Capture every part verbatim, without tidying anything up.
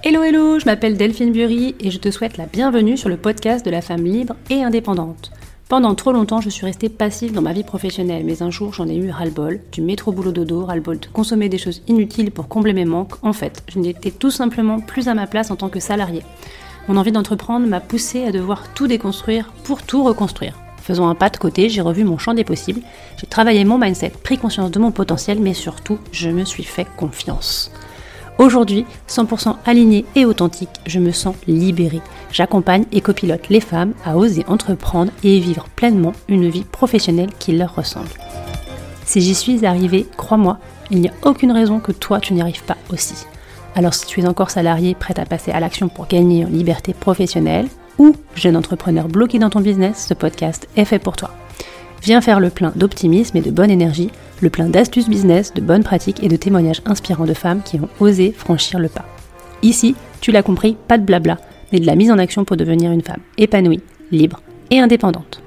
Hello hello, je m'appelle Delphine Bury et je te souhaite la bienvenue sur le podcast de la femme libre et indépendante. Pendant trop longtemps, je suis restée passive dans ma vie professionnelle, mais un jour j'en ai eu ras-le-bol, du métro boulot dodo, ras-le-bol de consommer des choses inutiles pour combler mes manques. En fait, je n'étais tout simplement plus à ma place en tant que salariée. Mon envie d'entreprendre m'a poussée à devoir tout déconstruire pour tout reconstruire. Faisant un pas de côté, j'ai revu mon champ des possibles, j'ai travaillé mon mindset, pris conscience de mon potentiel, mais surtout, je me suis fait confiance. Aujourd'hui, cent pour cent alignée et authentique, je me sens libérée. J'accompagne et copilote les femmes à oser entreprendre et vivre pleinement une vie professionnelle qui leur ressemble. Si j'y suis arrivée, crois-moi, il n'y a aucune raison que toi tu n'y arrives pas aussi. Alors si tu es encore salarié, prête à passer à l'action pour gagner en liberté professionnelle, ou jeune entrepreneur bloqué dans ton business, ce podcast est fait pour toi. Viens faire le plein d'optimisme et de bonne énergie, le plein d'astuces business, de bonnes pratiques et de témoignages inspirants de femmes qui ont osé franchir le pas. Ici, tu l'as compris, pas de blabla, mais de la mise en action pour devenir une femme épanouie, libre et indépendante.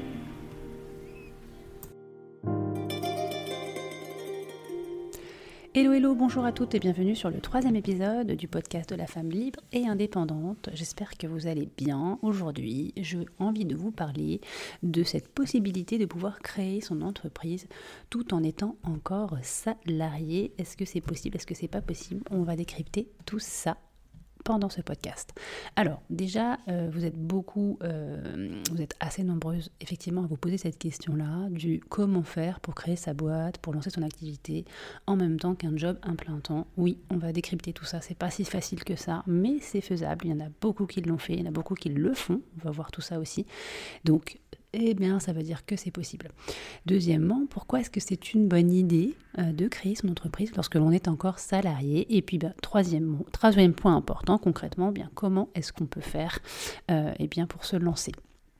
Hello hello, bonjour à toutes et bienvenue sur le troisième épisode du podcast de la femme libre et indépendante. J'espère que vous allez bien. Aujourd'hui, j'ai envie de vous parler de cette possibilité de pouvoir créer son entreprise tout en étant encore salarié. Est-ce que c'est possible? Est-ce que c'est pas possible? On va décrypter tout ça pendant ce podcast. Alors déjà, euh, vous êtes beaucoup, euh, vous êtes assez nombreuses effectivement à vous poser cette question-là du comment faire pour créer sa boîte, pour lancer son activité en même temps qu'un job un plein temps. Oui, on va décrypter tout ça, c'est pas si facile que ça, mais c'est faisable. Il y en a beaucoup qui l'ont fait, il y en a beaucoup qui le font, on va voir tout ça aussi. Donc, eh bien, ça veut dire que c'est possible. Deuxièmement, pourquoi est-ce que c'est une bonne idée euh, de créer son entreprise lorsque l'on est encore salarié? Et puis, bah, troisième, troisième point important, concrètement, bien, comment est-ce qu'on peut faire euh, eh bien, pour se lancer?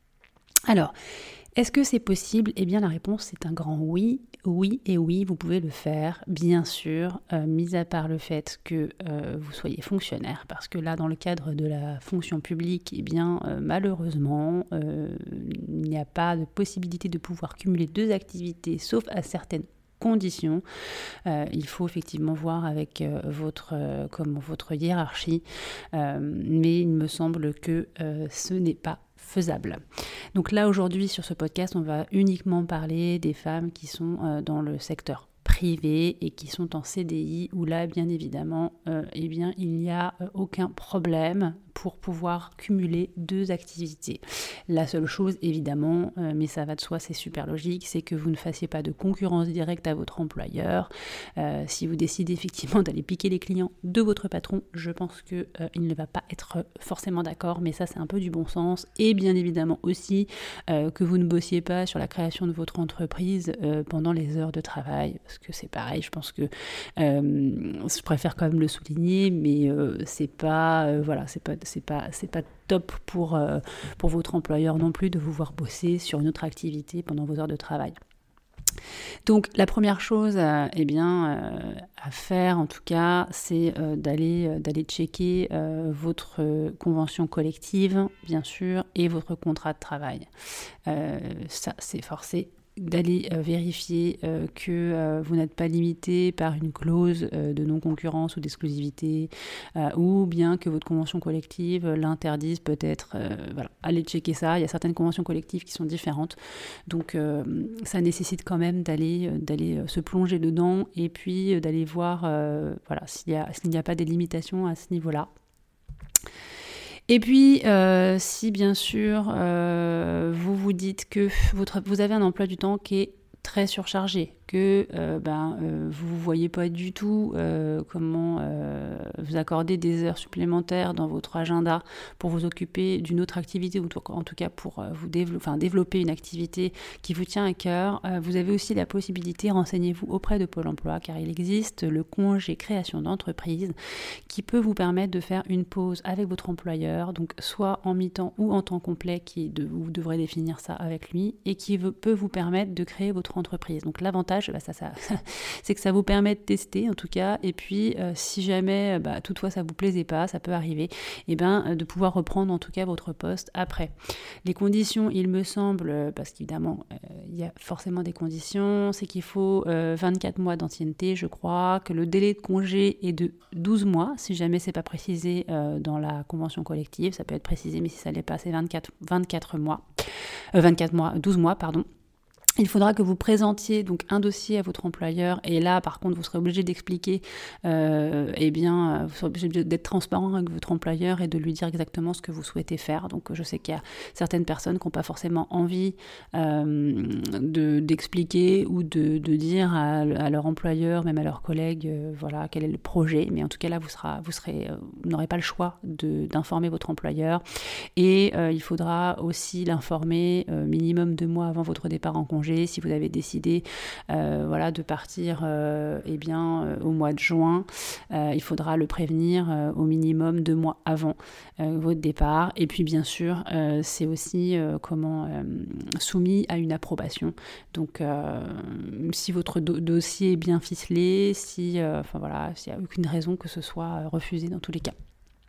Alors, est-ce que c'est possible? Eh bien, la réponse, c'est un grand oui. Oui et oui, vous pouvez le faire, bien sûr, euh, mis à part le fait que euh, vous soyez fonctionnaire, parce que là, dans le cadre de la fonction publique, eh bien, euh, malheureusement, euh, il n'y a pas de possibilité de pouvoir cumuler deux activités, sauf à certaines conditions. Euh, il faut effectivement voir avec euh, votre, euh, comme votre hiérarchie, euh, mais il me semble que euh, ce n'est pas faisable. Donc là, aujourd'hui, sur ce podcast, on va uniquement parler des femmes qui sont euh, dans le secteur privé et qui sont en C D I, où là, bien évidemment, euh, eh bien, il n'y a euh, aucun problème pour pouvoir cumuler deux activités. La seule chose, évidemment, euh, mais ça va de soi, c'est super logique, c'est que vous ne fassiez pas de concurrence directe à votre employeur. Euh, si vous décidez effectivement d'aller piquer les clients de votre patron, je pense qu'il euh, ne va pas être forcément d'accord, mais ça, c'est un peu du bon sens. Et bien évidemment aussi, euh, que vous ne bossiez pas sur la création de votre entreprise euh, pendant les heures de travail, parce que c'est pareil, je pense que euh, je préfère quand même le souligner, mais euh, c'est pas, euh, voilà, c'est pas c'est pas, c'est pas top pour, euh, pour votre employeur non plus de vous voir bosser sur une autre activité pendant vos heures de travail. Donc la première chose euh, eh bien, euh, à faire en tout cas, c'est euh, d'aller, euh, d'aller checker euh, votre euh, convention collective, bien sûr, et votre contrat de travail. Euh, ça, c'est forcé. D'aller euh, vérifier euh, que euh, vous n'êtes pas limité par une clause euh, de non-concurrence ou d'exclusivité, euh, ou bien que votre convention collective euh, l'interdise peut-être. Euh, voilà. Allez checker ça, il y a certaines conventions collectives qui sont différentes, donc euh, ça nécessite quand même d'aller, euh, d'aller euh, se plonger dedans et puis euh, d'aller voir euh, voilà, s'il y a, s'il n'y a pas des limitations à ce niveau-là. Et puis, euh, si bien sûr, euh, vous vous dites que votre, vous avez un emploi du temps qui est très surchargé, que euh, ben, euh, vous ne voyez pas du tout euh, comment euh, vous accorder des heures supplémentaires dans votre agenda pour vous occuper d'une autre activité, ou en tout cas pour euh, vous développer, enfin, développer une activité qui vous tient à cœur. Euh, vous avez aussi la possibilité, renseignez-vous auprès de Pôle emploi, car il existe le congé création d'entreprise qui peut vous permettre de faire une pause avec votre employeur, donc soit en mi-temps ou en temps complet, qui de, vous devrez définir ça avec lui, et qui veut, peut vous permettre de créer votre entreprise. Donc l'avantage, bah ça, ça, c'est que ça vous permet de tester en tout cas, et puis euh, si jamais bah, bah, toutefois ça vous plaisait pas, ça peut arriver, et ben de pouvoir reprendre en tout cas votre poste après. Les conditions, il me semble, parce qu'évidemment euh, il y a forcément des conditions, c'est qu'il faut euh, vingt-quatre mois d'ancienneté, je crois, que le délai de congé est de douze mois, si jamais c'est pas précisé euh, dans la convention collective, ça peut être précisé, mais si ça l'est pas, c'est vingt-quatre, vingt-quatre mois, euh, vingt-quatre mois, douze mois, pardon. Il faudra que vous présentiez donc un dossier à votre employeur, et là par contre vous serez obligé d'expliquer, euh, eh bien vous serez obligé d'être transparent avec votre employeur et de lui dire exactement ce que vous souhaitez faire. Donc je sais qu'il y a certaines personnes qui n'ont pas forcément envie euh, de, d'expliquer ou de, de dire à, à leur employeur, même à leurs collègues, euh, voilà quel est le projet. Mais en tout cas là vous, sera, vous, serez, euh, vous n'aurez pas le choix de, d'informer votre employeur, et euh, il faudra aussi l'informer euh, minimum deux mois avant votre départ en congé. Si vous avez décidé euh, voilà, de partir euh, eh bien, euh, au mois de juin, euh, il faudra le prévenir euh, au minimum deux mois avant euh, votre départ. Et puis bien sûr, euh, c'est aussi euh, comment, euh, soumis à une approbation. Donc euh, si votre do- dossier est bien ficelé, si, euh, enfin, voilà, s'il n'y a aucune raison que ce soit refusé dans tous les cas.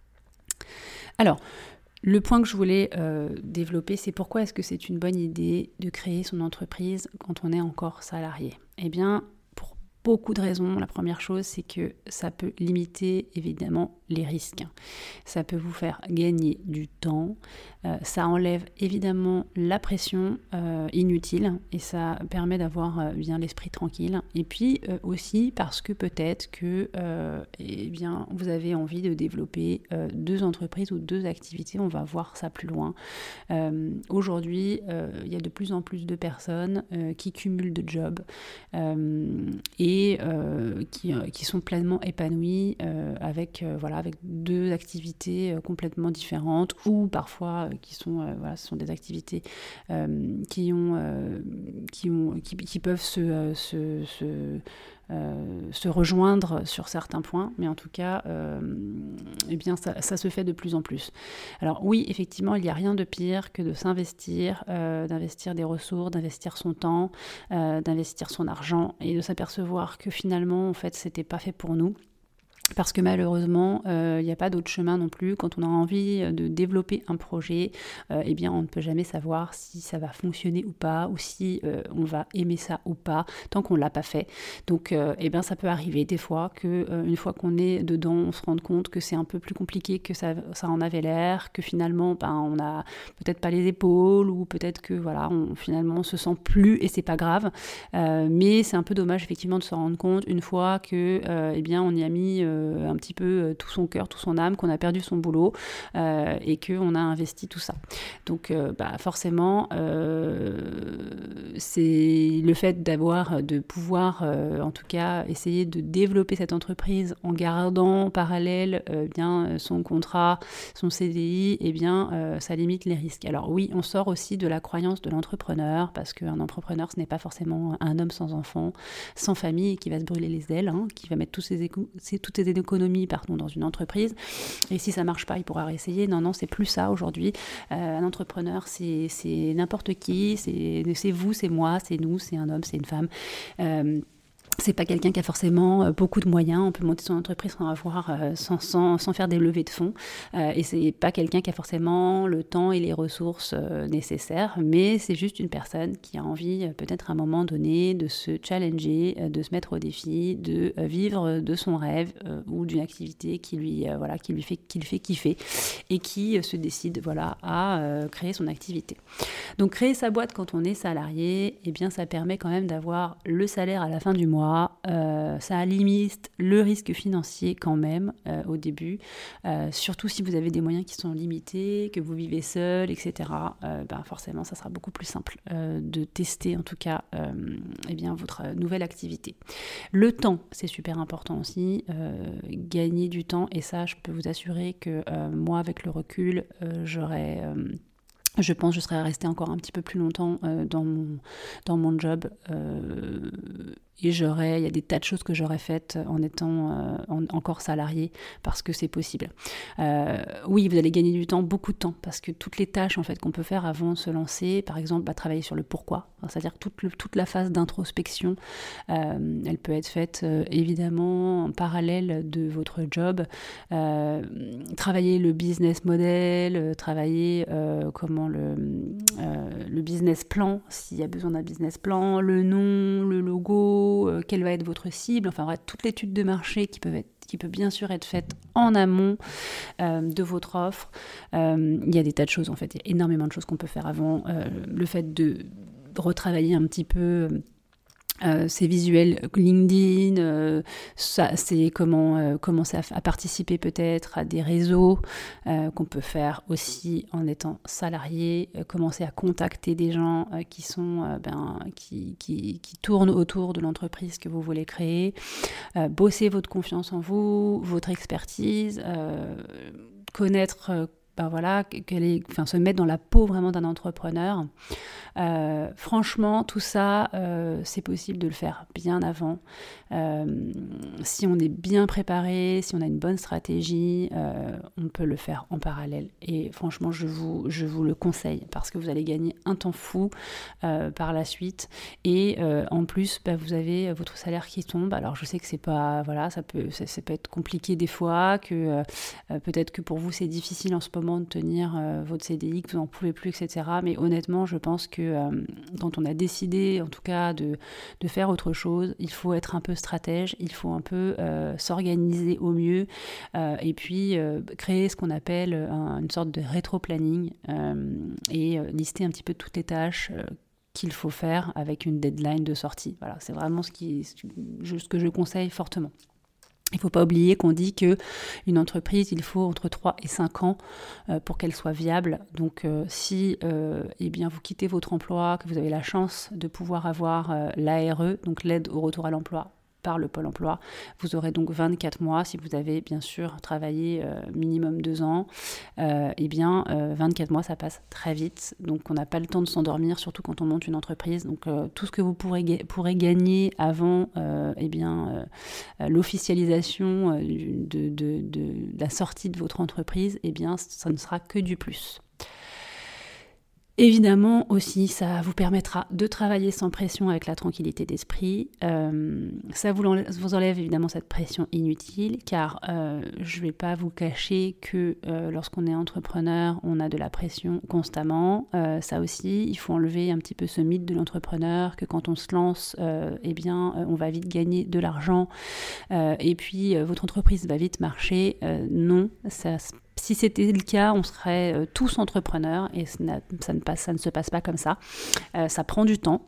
Alors, le point que je voulais euh, développer, c'est pourquoi est-ce que c'est une bonne idée de créer son entreprise quand on est encore salarié ? Eh bien, pour beaucoup de raisons. La première chose, c'est que ça peut limiter évidemment les risques. Ça peut vous faire gagner du temps. Euh, ça enlève évidemment la pression euh, inutile, et ça permet d'avoir euh, bien l'esprit tranquille. Et puis euh, aussi parce que peut-être que euh, eh bien, vous avez envie de développer euh, deux entreprises ou deux activités. On va voir ça plus loin. Euh, aujourd'hui, euh, il y a de plus en plus de personnes euh, qui cumulent de jobs euh, et euh, qui, euh, qui sont pleinement épanouies euh, avec, euh, voilà, avec deux activités euh, complètement différentes, ou parfois euh, qui sont, euh, voilà, ce sont des activités euh, qui, ont, euh, qui, ont, qui, qui peuvent se, euh, se, se, euh, se rejoindre sur certains points, mais en tout cas, euh, eh bien, ça, ça se fait de plus en plus. Alors oui, effectivement, il n'y a rien de pire que de s'investir, euh, d'investir des ressources, d'investir son temps, euh, d'investir son argent, et de s'apercevoir que finalement, en fait, c'était pas fait pour nous. Parce que malheureusement, il euh, n'y a pas d'autre chemin non plus. Quand on a envie de développer un projet, euh, eh bien, on ne peut jamais savoir si ça va fonctionner ou pas, ou si euh, on va aimer ça ou pas, tant qu'on ne l'a pas fait. Donc, euh, eh bien, ça peut arriver des fois qu'une euh, fois qu'on est dedans, on se rende compte que c'est un peu plus compliqué que ça, ça en avait l'air, que finalement, ben, on n'a peut-être pas les épaules, ou peut-être que voilà, on, finalement, on se sent plus, et c'est pas grave. Euh, mais c'est un peu dommage, effectivement, de se rendre compte une fois que, euh, eh bien, on y a mis euh, un petit peu tout son cœur, tout son âme, qu'on a perdu son boulot euh, et qu'on a investi tout ça. Donc euh, bah, forcément, euh, c'est le fait d'avoir, de pouvoir euh, en tout cas essayer de développer cette entreprise en gardant en parallèle euh, bien son contrat, son C D I, et eh bien euh, ça limite les risques. Alors oui, on sort aussi de la croyance de l'entrepreneur, parce qu'un entrepreneur, ce n'est pas forcément un homme sans enfant, sans famille, qui va se brûler les ailes, hein, qui va mettre tous ses, éco- ses, toutes ses économies pardon, dans une entreprise, et si ça marche pas, il pourra réessayer. Non, non, c'est plus ça aujourd'hui. Euh, un entrepreneur, c'est, c'est n'importe qui, c'est, c'est vous, c'est moi, c'est nous, c'est un homme, c'est une femme. Euh, C'est pas quelqu'un qui a forcément beaucoup de moyens. On peut monter son entreprise sans avoir, euh, sans, sans, sans faire des levées de fonds. Euh, et c'est pas quelqu'un qui a forcément le temps et les ressources euh, nécessaires, mais c'est juste une personne qui a envie, euh, peut-être à un moment donné, de se challenger, euh, de se mettre au défi, de euh, vivre de son rêve euh, ou d'une activité qui lui, euh, voilà, qui lui fait, qui lui fait kiffer, et qui euh, se décide, voilà, à euh, créer son activité. Donc créer sa boîte quand on est salarié, eh bien ça permet quand même d'avoir le salaire à la fin du mois. Euh, ça limite le risque financier quand même euh, au début, euh, surtout si vous avez des moyens qui sont limités, que vous vivez seul, et cetera. Euh, ben forcément, ça sera beaucoup plus simple euh, de tester en tout cas euh, eh bien, votre nouvelle activité. Le temps, c'est super important aussi, euh, gagner du temps, et ça, je peux vous assurer que euh, moi, avec le recul, euh, j'aurais... Euh, Je pense que je serais restée encore un petit peu plus longtemps euh, dans, mon, dans mon job. Euh, Et j'aurais, il y a des tas de choses que j'aurais faites en étant euh, en, encore salarié parce que c'est possible. Euh, oui, vous allez gagner du temps, beaucoup de temps, parce que toutes les tâches en fait qu'on peut faire avant de se lancer, par exemple, bah, travailler sur le pourquoi, enfin, c'est-à-dire toute, le, toute la phase d'introspection, euh, elle peut être faite euh, évidemment en parallèle de votre job. Euh, travailler le business model, euh, travailler euh, comment le, euh, le business plan, s'il y a besoin d'un business plan, le nom, le logo, quelle va être votre cible, enfin bref, toute l'étude de marché qui peut, être, qui peut bien sûr être faite en amont euh, de votre offre. Euh, il y a des tas de choses en fait, il y a énormément de choses qu'on peut faire avant. Euh, le fait de retravailler un petit peu Euh, ces visuels LinkedIn, euh, ça, c'est comment euh, commencer à, à participer peut-être à des réseaux euh, qu'on peut faire aussi en étant salarié, euh, commencer à contacter des gens euh, qui sont euh, ben, qui, qui, qui tournent autour de l'entreprise que vous voulez créer, euh, bosser votre confiance en vous, votre expertise, euh, connaître euh, ben voilà, qu'elle est, enfin, se mettre dans la peau vraiment d'un entrepreneur. Euh, franchement, tout ça, euh, c'est possible de le faire bien avant. Euh, si on est bien préparé, si on a une bonne stratégie, euh, on peut le faire en parallèle. Et franchement, je vous, je vous le conseille parce que vous allez gagner un temps fou euh, par la suite. Et euh, en plus, bah, vous avez votre salaire qui tombe. Alors, je sais que c'est pas, voilà, ça peut, ça, ça peut être compliqué des fois, que euh, peut-être que pour vous c'est difficile en ce moment de tenir euh, votre C D I, que vous n'en pouvez plus, et cetera. Mais honnêtement, je pense que euh, quand on a décidé, en tout cas, de, de faire autre chose, il faut être un peu stratège, il faut un peu euh, s'organiser au mieux euh, et puis euh, créer ce qu'on appelle un, une sorte de rétro-planning euh, et euh, lister un petit peu toutes les tâches euh, qu'il faut faire avec une deadline de sortie. Voilà, c'est vraiment ce, qui, ce que je conseille fortement. Il ne faut pas oublier qu'on dit qu'une entreprise, il faut entre trois et cinq ans euh, pour qu'elle soit viable. Donc euh, si euh, eh bien, vous quittez votre emploi, que vous avez la chance de pouvoir avoir euh, l'A R E, donc l'aide au retour à l'emploi, par le Pôle emploi. Vous aurez donc vingt-quatre mois, si vous avez bien sûr travaillé euh, minimum deux ans, euh, eh bien euh, vingt-quatre mois ça passe très vite, donc on n'a pas le temps de s'endormir, surtout quand on monte une entreprise. Donc euh, tout ce que vous pourrez, ga- pourrez gagner avant euh, eh bien, euh, l'officialisation euh, de, de, de, de la sortie de votre entreprise, eh bien ça ne sera que du plus. Évidemment aussi, ça vous permettra de travailler sans pression avec la tranquillité d'esprit. Euh, ça vous enlève, vous enlève évidemment cette pression inutile, car euh, je ne vais pas vous cacher que euh, lorsqu'on est entrepreneur, on a de la pression constamment. Euh, ça aussi, il faut enlever un petit peu ce mythe de l'entrepreneur, que quand on se lance, euh, eh bien, on va vite gagner de l'argent euh, et puis euh, votre entreprise va vite marcher. Euh, non, ça se Si c'était le cas, on serait euh, tous entrepreneurs et ça, ça, ne passe, ça ne se passe pas comme ça. Euh, ça prend du temps.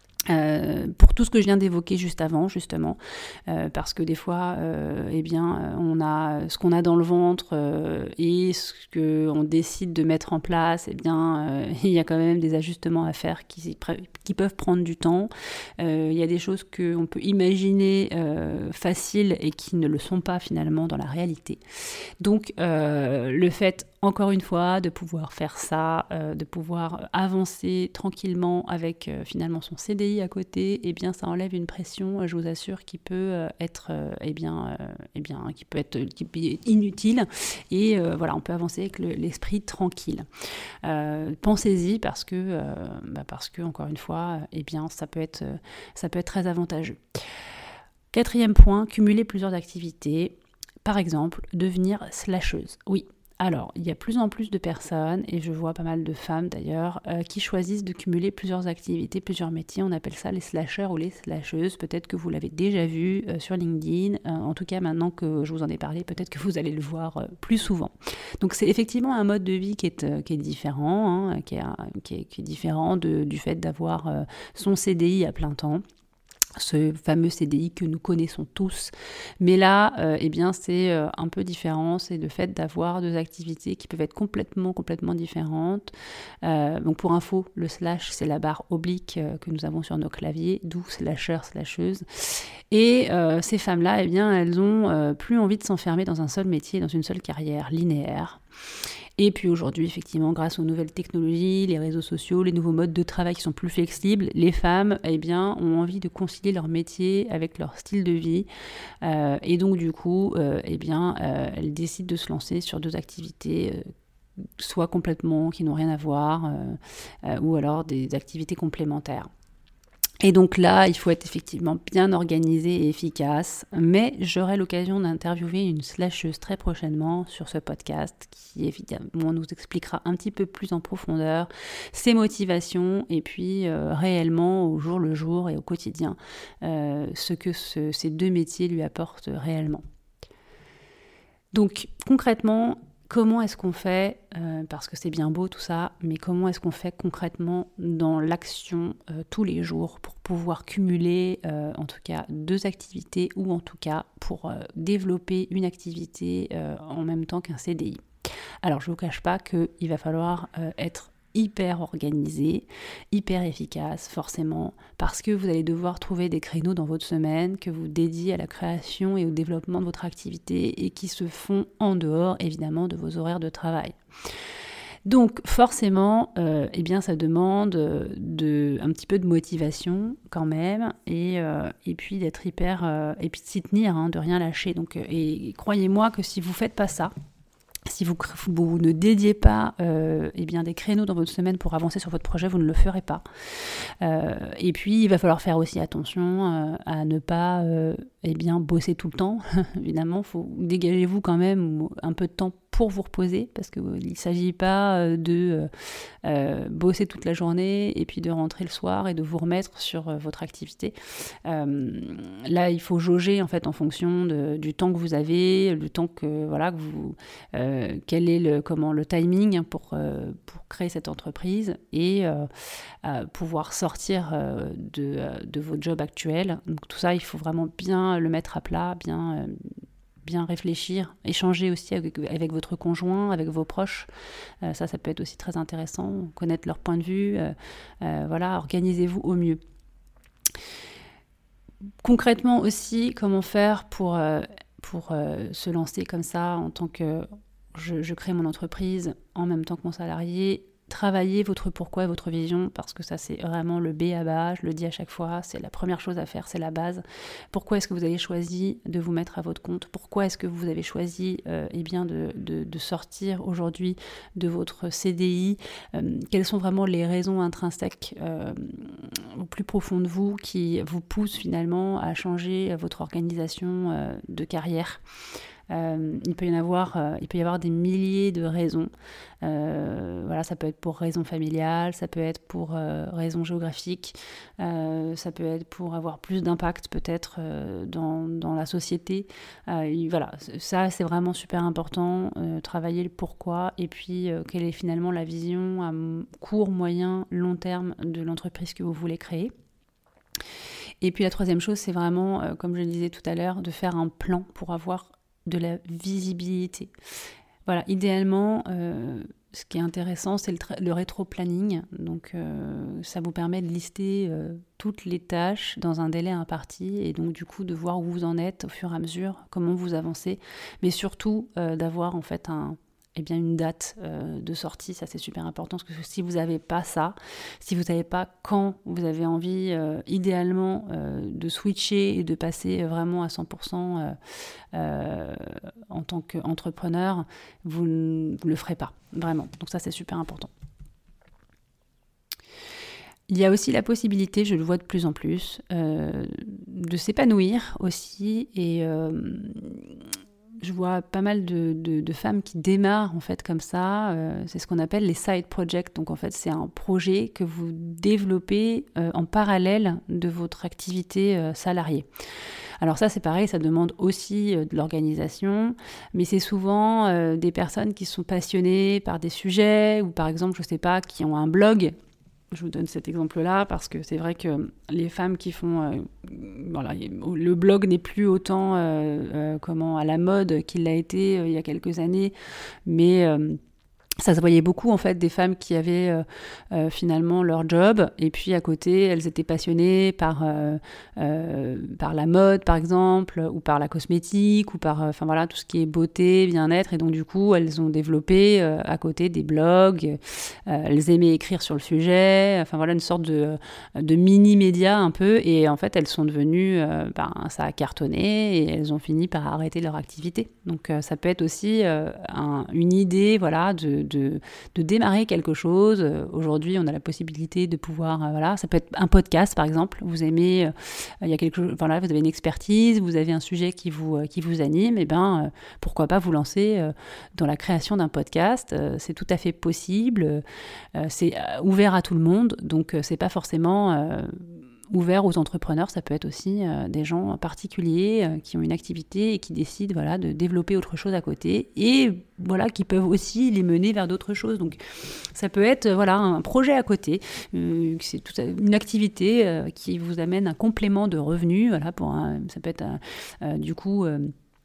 Euh, pour tout ce que je viens d'évoquer juste avant, justement, euh, parce que des fois, euh, eh bien, on a ce qu'on a dans le ventre euh, et ce qu'on décide de mettre en place, eh bien, euh, il y a quand même des ajustements à faire qui, qui peuvent prendre du temps. Euh, il y a des choses qu'on peut imaginer euh, faciles et qui ne le sont pas finalement dans la réalité. Donc, euh, le fait, encore une fois, de pouvoir faire ça, euh, de pouvoir avancer tranquillement avec euh, finalement son C D I à côté, eh bien ça enlève une pression, je vous assure, qui peut euh, être, euh, eh bien, euh, eh bien, qui peut être, qui peut être inutile. Et euh, voilà, on peut avancer avec le, l'esprit tranquille. Euh, pensez-y parce que, euh, bah parce que encore une fois, eh bien ça peut être, ça peut être très avantageux. Quatrième point, cumuler plusieurs activités. Par exemple, devenir slasheuse. Oui. Alors, il y a plus en plus de personnes, et je vois pas mal de femmes d'ailleurs, euh, qui choisissent de cumuler plusieurs activités, plusieurs métiers. On appelle ça les slasheurs ou les slasheuses. Peut-être que vous l'avez déjà vu euh, sur LinkedIn. Euh, en tout cas, maintenant que je vous en ai parlé, peut-être que vous allez le voir euh, plus souvent. Donc, c'est effectivement un mode de vie qui est, euh, qui est différent, hein, qui, est, qui, est, qui est différent de, du fait d'avoir euh, son C D I à plein temps. Ce fameux C D I que nous connaissons tous. Mais là, euh, eh bien, c'est euh, un peu différent. C'est le fait d'avoir deux activités qui peuvent être complètement, complètement différentes. Euh, donc, pour info, le slash, c'est la barre oblique euh, que nous avons sur nos claviers, d'où slasher, slasheuse. Et euh, ces femmes-là, eh bien, elles ont euh, plus envie de s'enfermer dans un seul métier, dans une seule carrière linéaire. Et puis aujourd'hui, effectivement, grâce aux nouvelles technologies, les réseaux sociaux, les nouveaux modes de travail qui sont plus flexibles, les femmes, eh bien, ont envie de concilier leur métier avec leur style de vie. Euh, et donc, du coup, euh, eh bien, euh, elles décident de se lancer sur deux activités, euh, soit complètement qui n'ont rien à voir, euh, euh, ou alors des activités complémentaires. Et donc là, il faut être effectivement bien organisé et efficace, mais j'aurai l'occasion d'interviewer une slasheuse très prochainement sur ce podcast qui évidemment nous expliquera un petit peu plus en profondeur ses motivations et puis euh, réellement au jour le jour et au quotidien euh, ce que ce, ces deux métiers lui apportent réellement. Donc concrètement, comment est-ce qu'on fait, euh, parce que c'est bien beau tout ça, mais comment est-ce qu'on fait concrètement dans l'action euh, tous les jours pour pouvoir cumuler euh, en tout cas deux activités ou en tout cas pour euh, développer une activité euh, en même temps qu'un C D I. Alors je ne vous cache pas qu'il va falloir euh, être hyper organisé, hyper efficace forcément, parce que vous allez devoir trouver des créneaux dans votre semaine que vous dédiez à la création et au développement de votre activité et qui se font en dehors évidemment de vos horaires de travail. Donc forcément, euh, eh bien, ça demande de, un petit peu de motivation quand même et, euh, et puis d'être hyper, euh, et puis de s'y tenir, hein, de rien lâcher. Donc, et, et croyez-moi que si vous ne faites pas ça, si vous, vous ne dédiez pas euh, eh bien, des créneaux dans votre semaine pour avancer sur votre projet, vous ne le ferez pas. Euh, et puis, il va falloir faire aussi attention euh, à ne pas euh, eh bien, bosser tout le temps. Évidemment, faut, dégagez-vous quand même un peu de temps pour vous reposer, parce qu'il ne s'agit pas de euh, bosser toute la journée et puis de rentrer le soir et de vous remettre sur euh, votre activité. Euh, là, il faut jauger en fait en fonction de, du temps que vous avez, le temps que voilà que vous, euh, quel est le comment le timing pour euh, pour créer cette entreprise et euh, euh, pouvoir sortir euh, de de votre job actuel. Donc tout ça, il faut vraiment bien le mettre à plat, bien euh, bien réfléchir, échanger aussi avec, avec votre conjoint, avec vos proches. Euh, ça, ça peut être aussi très intéressant, connaître leur point de vue. Euh, euh, voilà, organisez-vous au mieux. Concrètement aussi, comment faire pour, euh, pour euh, se lancer comme ça en tant que je, je crée mon entreprise en même temps que mon salarié. Travaillez votre pourquoi et votre vision, parce que ça c'est vraiment le B à bas, je le dis à chaque fois, c'est la première chose à faire, c'est la base. Pourquoi est-ce que vous avez choisi de vous mettre à votre compte ? Pourquoi est-ce que vous avez choisi euh, eh bien de, de, de sortir aujourd'hui de votre C D I ? euh, Quelles sont vraiment les raisons intrinsèques euh, au plus profond de vous qui vous poussent finalement à changer votre organisation euh, de carrière ? Euh, il peut y en avoir, euh, il peut y avoir des milliers de raisons. Euh, voilà, ça peut être pour raisons familiales, ça peut être pour euh, raisons géographiques, euh, ça peut être pour avoir plus d'impact peut-être euh, dans, dans la société. Euh, et voilà, ça c'est vraiment super important. Euh, travailler le pourquoi et puis euh, quelle est finalement la vision à court, moyen, long terme de l'entreprise que vous voulez créer. Et puis la troisième chose, c'est vraiment, euh, comme je le disais tout à l'heure, de faire un plan pour avoir de la visibilité. Voilà, idéalement, euh, ce qui est intéressant, c'est le, tra- le rétro-planning. Donc, euh, ça vous permet de lister euh, toutes les tâches dans un délai imparti et donc, du coup, de voir où vous en êtes au fur et à mesure, comment vous avancez, mais surtout euh, d'avoir en fait un eh bien une date euh, de sortie, ça c'est super important, parce que si vous n'avez pas ça, si vous ne savez pas quand vous avez envie euh, idéalement euh, de switcher et de passer vraiment à cent pour cent euh, euh, en tant qu'entrepreneur, vous ne le ferez pas, vraiment. Donc ça c'est super important. Il y a aussi la possibilité, je le vois de plus en plus, euh, de s'épanouir aussi et... Euh, je vois pas mal de, de, de femmes qui démarrent en fait comme ça. Euh, c'est ce qu'on appelle les side projects. Donc en fait, c'est un projet que vous développez euh, en parallèle de votre activité euh, salariée. Alors ça, c'est pareil, ça demande aussi euh, de l'organisation, mais c'est souvent euh, des personnes qui sont passionnées par des sujets ou par exemple, je sais pas, qui ont un blog. Je vous donne cet exemple-là parce que c'est vrai que les femmes qui font... Euh, voilà, le blog n'est plus autant euh, euh, comment, à la mode qu'il l'a été euh, il y a quelques années, mais... Euh, Ça se voyait beaucoup en fait des femmes qui avaient euh, euh, finalement leur job et puis à côté elles étaient passionnées par euh, euh, par la mode par exemple ou par la cosmétique ou par enfin euh, voilà tout ce qui est beauté, bien-être et donc du coup elles ont développé euh, à côté des blogs, euh, elles aimaient écrire sur le sujet, enfin voilà une sorte de de mini média un peu et en fait elles sont devenues euh, ben, ça a cartonné et elles ont fini par arrêter leur activité. Donc euh, ça peut être aussi euh, un, une idée voilà de De, de démarrer quelque chose. Aujourd'hui, on a la possibilité de pouvoir, euh, voilà, ça peut être un podcast par exemple. Vous aimez, euh, il y a quelque chose, voilà, vous avez une expertise, vous avez un sujet qui vous euh, qui vous anime, et ben euh, pourquoi pas vous lancer euh, dans la création d'un podcast. Euh, c'est tout à fait possible. Euh, c'est euh, ouvert à tout le monde, donc euh, c'est pas forcément euh, ouvert aux entrepreneurs, ça peut être aussi euh, des gens particuliers euh, qui ont une activité et qui décident voilà, de développer autre chose à côté et voilà, qui peuvent aussi les mener vers d'autres choses. Donc ça peut être euh, voilà, un projet à côté, euh, c'est toute une activité euh, qui vous amène un complément de revenus. Voilà, pour un, ça peut être un, euh, du coup... Euh,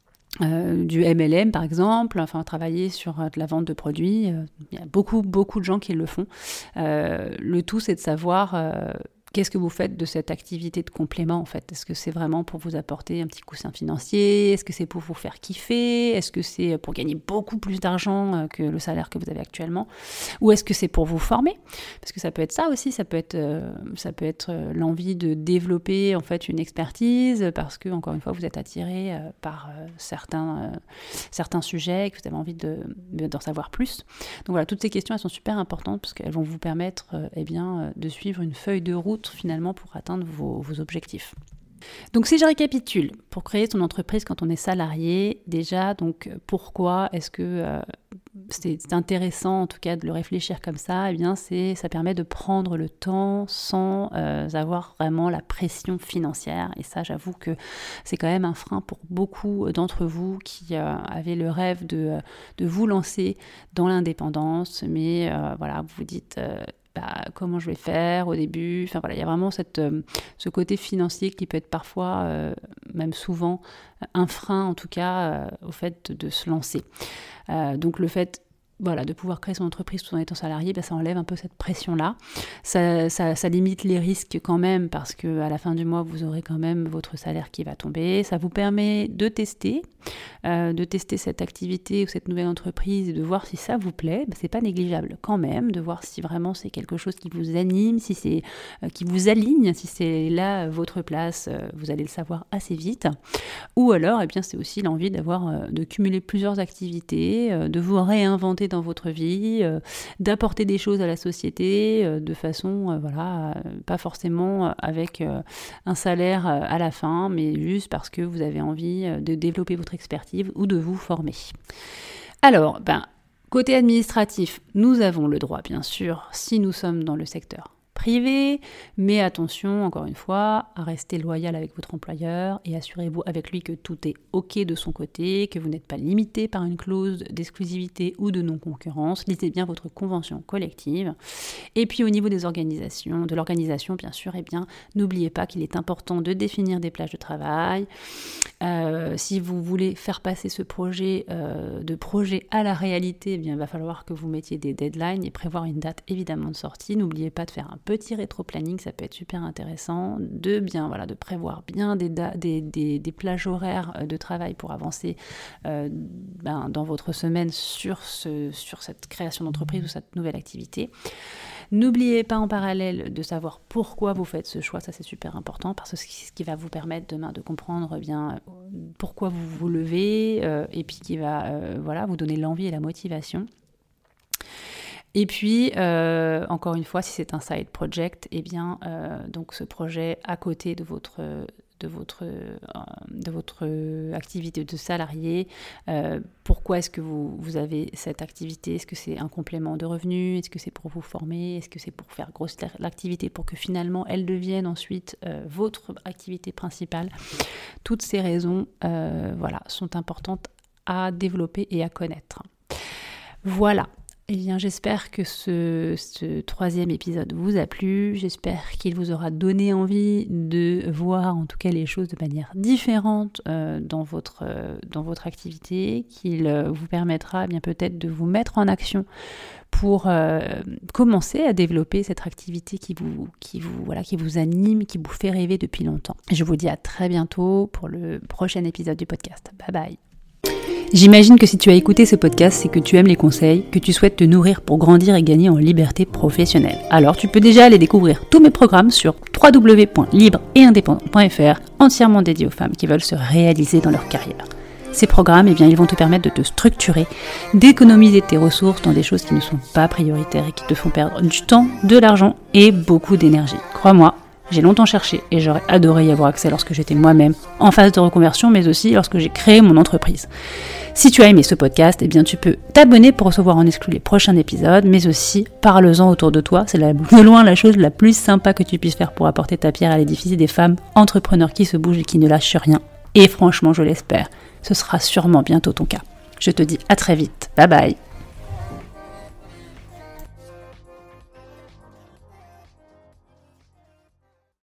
Euh, du M L M par exemple, enfin travailler sur euh, de la vente de produits, euh, il y a beaucoup beaucoup de gens qui le font. Euh, le tout c'est de savoir euh, qu'est-ce que vous faites de cette activité de complément en fait. Est-ce que c'est vraiment pour vous apporter un petit coussin financier? Est-ce que c'est pour vous faire kiffer? Est-ce que c'est pour gagner beaucoup plus d'argent que le salaire que vous avez actuellement? Ou est-ce que c'est pour vous former? Parce que ça peut être ça aussi, ça peut être, euh, ça peut être euh, l'envie de développer en fait une expertise parce que encore une fois vous êtes attiré euh, par euh, certains, euh, certains sujets et que vous avez envie de, de, d'en savoir plus. Donc voilà, toutes ces questions elles sont super importantes parce qu'elles vont vous permettre euh, eh bien, de suivre une feuille de route finalement pour atteindre vos, vos objectifs. Donc si je récapitule, pour créer son entreprise quand on est salarié, déjà, donc pourquoi est-ce que euh, c'est, c'est intéressant en tout cas de le réfléchir comme ça? Eh bien, c'est, ça permet de prendre le temps sans euh, avoir vraiment la pression financière. Et ça, j'avoue que c'est quand même un frein pour beaucoup d'entre vous qui euh, avaient le rêve de, de vous lancer dans l'indépendance, mais euh, voilà, vous vous dites... Euh, Bah, comment je vais faire au début, enfin voilà, il y a vraiment cette, euh, ce côté financier qui peut être parfois, euh, même souvent, un frein en tout cas euh, au fait de, de se lancer. Euh, donc le fait voilà, de pouvoir créer son entreprise tout en étant salarié, ben ça enlève un peu cette pression-là. Ça, ça, ça limite les risques quand même parce qu'à la fin du mois, vous aurez quand même votre salaire qui va tomber. Ça vous permet de tester, euh, de tester cette activité ou cette nouvelle entreprise et de voir si ça vous plaît. Ben, c'est pas négligeable quand même, de voir si vraiment c'est quelque chose qui vous anime, si c'est euh, qui vous aligne, si c'est là votre place, euh, vous allez le savoir assez vite. Ou alors, eh bien, c'est aussi l'envie d'avoir, euh, de cumuler plusieurs activités, euh, de vous réinventer dans votre vie, euh, d'apporter des choses à la société euh, de façon, euh, voilà, euh, pas forcément avec euh, un salaire euh, à la fin, mais juste parce que vous avez envie euh, de développer votre expertise ou de vous former. Alors, ben, côté administratif, nous avons le droit, bien sûr, si nous sommes dans le secteur privé, mais attention, encore une fois, à rester loyal avec votre employeur et assurez-vous avec lui que tout est OK de son côté, que vous n'êtes pas limité par une clause d'exclusivité ou de non-concurrence. Lisez bien votre convention collective. Et puis au niveau des organisations, de l'organisation, bien sûr, eh bien, n'oubliez pas qu'il est important de définir des plages de travail. Euh, si vous voulez faire passer ce projet euh, de projet à la réalité, eh bien, il va falloir que vous mettiez des deadlines et prévoir une date évidemment de sortie. N'oubliez pas de faire un petit rétro-planning, ça peut être super intéressant, de bien voilà, de prévoir bien des, da- des, des, des plages horaires de travail pour avancer euh, ben, dans votre semaine sur, ce, sur cette création d'entreprise ou cette nouvelle activité. N'oubliez pas en parallèle de savoir pourquoi vous faites ce choix, ça c'est super important parce que c'est ce qui va vous permettre demain de comprendre bien pourquoi vous vous levez euh, et puis qui va euh, voilà, vous donner l'envie et la motivation. Et puis, euh, encore une fois, si c'est un side project, eh bien, euh, donc ce projet à côté de votre, de votre, euh, de votre activité de salarié, euh, pourquoi est-ce que vous, vous avez cette activité? Est-ce que c'est un complément de revenus? Est-ce que c'est pour vous former? Est-ce que c'est pour faire grossir l'activité pour que finalement elle devienne ensuite euh, votre activité principale? Toutes ces raisons, euh, voilà, sont importantes à développer et à connaître. Voilà. Eh bien, j'espère que ce, ce troisième épisode vous a plu. J'espère qu'il vous aura donné envie de voir en tout cas les choses de manière différente euh, dans, votre, euh, dans votre activité, qu'il euh, vous permettra eh bien peut-être de vous mettre en action pour euh, commencer à développer cette activité qui vous, qui, vous, voilà, qui vous anime, qui vous fait rêver depuis longtemps. Je vous dis à très bientôt pour le prochain épisode du podcast. Bye bye. J'imagine que si tu as écouté ce podcast, c'est que tu aimes les conseils, que tu souhaites te nourrir pour grandir et gagner en liberté professionnelle. Alors tu peux déjà aller découvrir tous mes programmes sur w w w point libre et indépendant point f r, entièrement dédiés aux femmes qui veulent se réaliser dans leur carrière. Ces programmes, eh bien, ils vont te permettre de te structurer, d'économiser tes ressources dans des choses qui ne sont pas prioritaires et qui te font perdre du temps, de l'argent et beaucoup d'énergie. Crois-moi, j'ai longtemps cherché et j'aurais adoré y avoir accès lorsque j'étais moi-même en phase de reconversion, mais aussi lorsque j'ai créé mon entreprise. Si tu as aimé ce podcast, eh bien tu peux t'abonner pour recevoir en exclu les prochains épisodes, mais aussi parle-en autour de toi. C'est de loin la chose la plus sympa que tu puisses faire pour apporter ta pierre à l'édifice des femmes entrepreneurs qui se bougent et qui ne lâchent rien. Et franchement, je l'espère, ce sera sûrement bientôt ton cas. Je te dis à très vite. Bye bye.